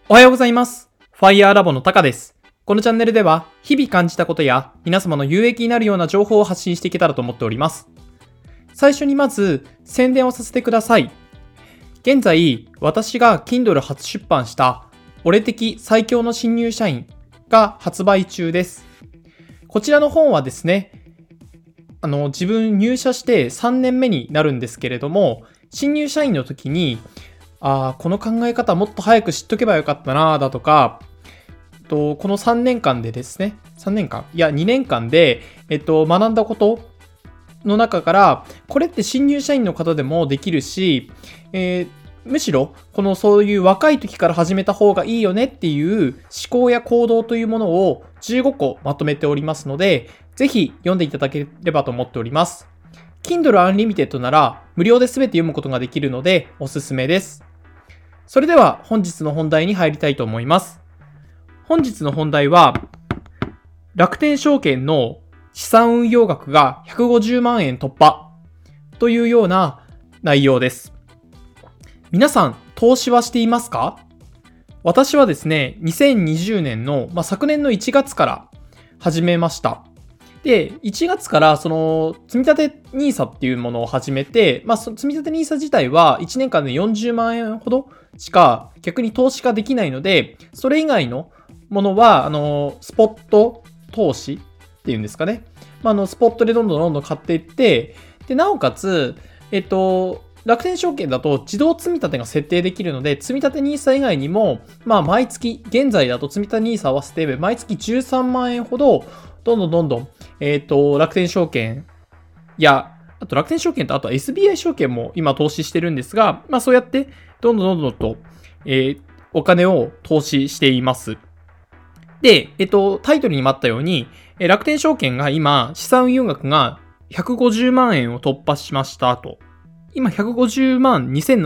おはようございます。ファイヤーラボのタカです。このチャンネルでは日々感じたことや皆様の有益になるような情報を発信していけたらと思っております。最初にまず宣伝をさせてください。現在、私が Kindle 初出版した俺的最強の新入社員が発売中です。こちらの本はですね、自分入社して3年目になるんですけれども、新入社員の時にこの考え方もっと早く知っとけばよかったなだとか、この3年間でですね、2年間で、学んだことの中から、これって新入社員の方でもできるし、むしろ、そういう若い時から始めた方がいいよねっていう思考や行動というものを15個まとめておりますので、ぜひ読んでいただければと思っております。Kindle Unlimited なら無料で全て読むことができるのでおすすめです。それでは本日の本題に入りたいと思います。本日の本題は、楽天証券の資産運用額が150万円突破というような内容です。皆さん、投資はしていますか？私はですね、2020年の、昨年の1月から始めました。で、1月から積み立て NISA っていうものを始めて、積み立て NISA 自体は1年間で40万円ほどしか逆に投資ができないので、それ以外のものは、スポット投資っていうんですかね。スポットでどんどん買っていって、で、なおかつ、楽天証券だと自動積み立てが設定できるので、積み立て NISA 以外にも、毎月、現在だと積み立て NISA 合わせて、毎月13万円ほど、どんどん、楽天証券や、あと楽天証券とあとは SBI 証券も今投資してるんですが、そうやって、どんどんと、お金を投資しています。で、タイトルにもあったように、楽天証券が今、資産運用額が150万円を突破しましたと。今150万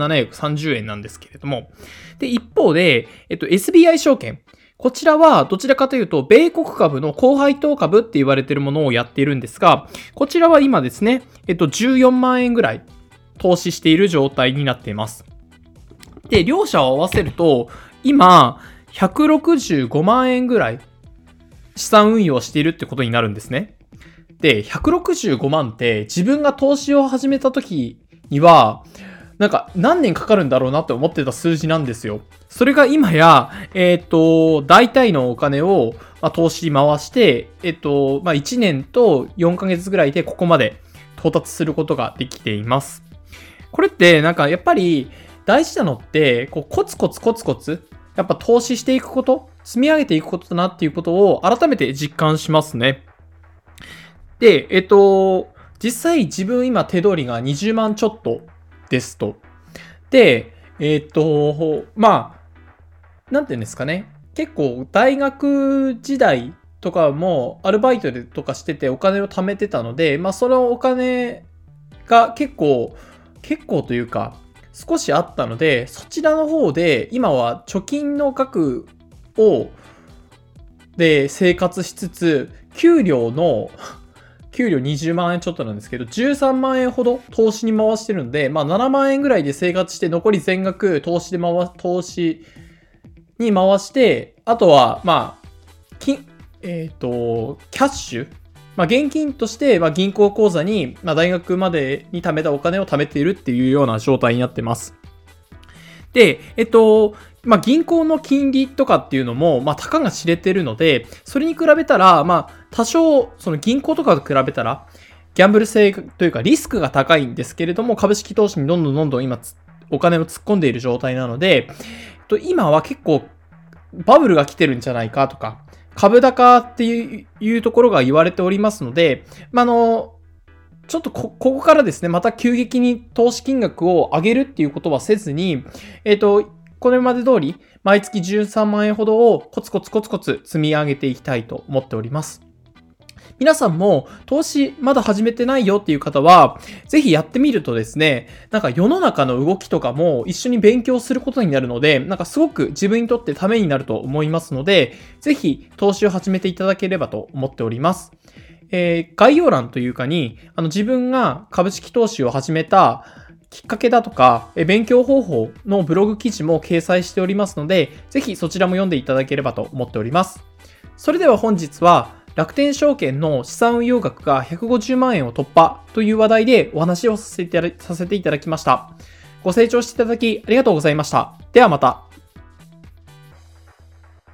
2730円なんですけれども。で、一方で、SBI 証券。こちらはどちらかというと、米国株の高配当株って言われているものをやっているんですが、こちらは今ですね、14万円ぐらい投資している状態になっています。で、両者を合わせると、今、165万円ぐらい資産運用しているってことになるんですね。で、165万って自分が投資を始めた時には、何年かかるんだろうなって思ってた数字なんですよ。それが今や、大体のお金を、投資に回して、1年と4ヶ月ぐらいでここまで到達することができています。これってやっぱり大事なのって、コツコツ、やっぱ投資していくこと、積み上げていくことだなっていうことを改めて実感しますね。で、実際自分今手取りが20万ちょっとですと。で、なんていうんですかね。結構大学時代とかもアルバイトでとかしててお金を貯めてたので、そのお金が結構というか少しあったので、そちらの方で今は貯金の額で生活しつつ、給料20万円ちょっとなんですけど、13万円ほど投資に回してるので、7万円ぐらいで生活して、残り全額投資に回して、あとは、キャッシュ、現金として、銀行口座に、大学までに貯めたお金を貯めているっていうような状態になってます。で、銀行の金利とかっていうのも、たかが知れてるので、それに比べたら、多少、銀行とかと比べたら、ギャンブル性というかリスクが高いんですけれども、株式投資にどんどん今、お金を突っ込んでいる状態なので、今は結構、バブルが来てるんじゃないかとか、株高っていうところが言われておりますので、ちょっとここからですね、また急激に投資金額を上げるっていうことはせずに、これまで通り、毎月13万円ほどをコツコツ積み上げていきたいと思っております。皆さんも投資まだ始めてないよっていう方は、ぜひやってみるとですね、世の中の動きとかも一緒に勉強することになるので、すごく自分にとってためになると思いますので、ぜひ投資を始めていただければと思っております。概要欄というかに、自分が株式投資を始めたきっかけだとか、勉強方法のブログ記事も掲載しておりますので、ぜひそちらも読んでいただければと思っております。それでは本日は、楽天証券の資産運用額が150万円を突破という話題でお話をさせていただきました。ご清聴していただきありがとうございました。ではまた。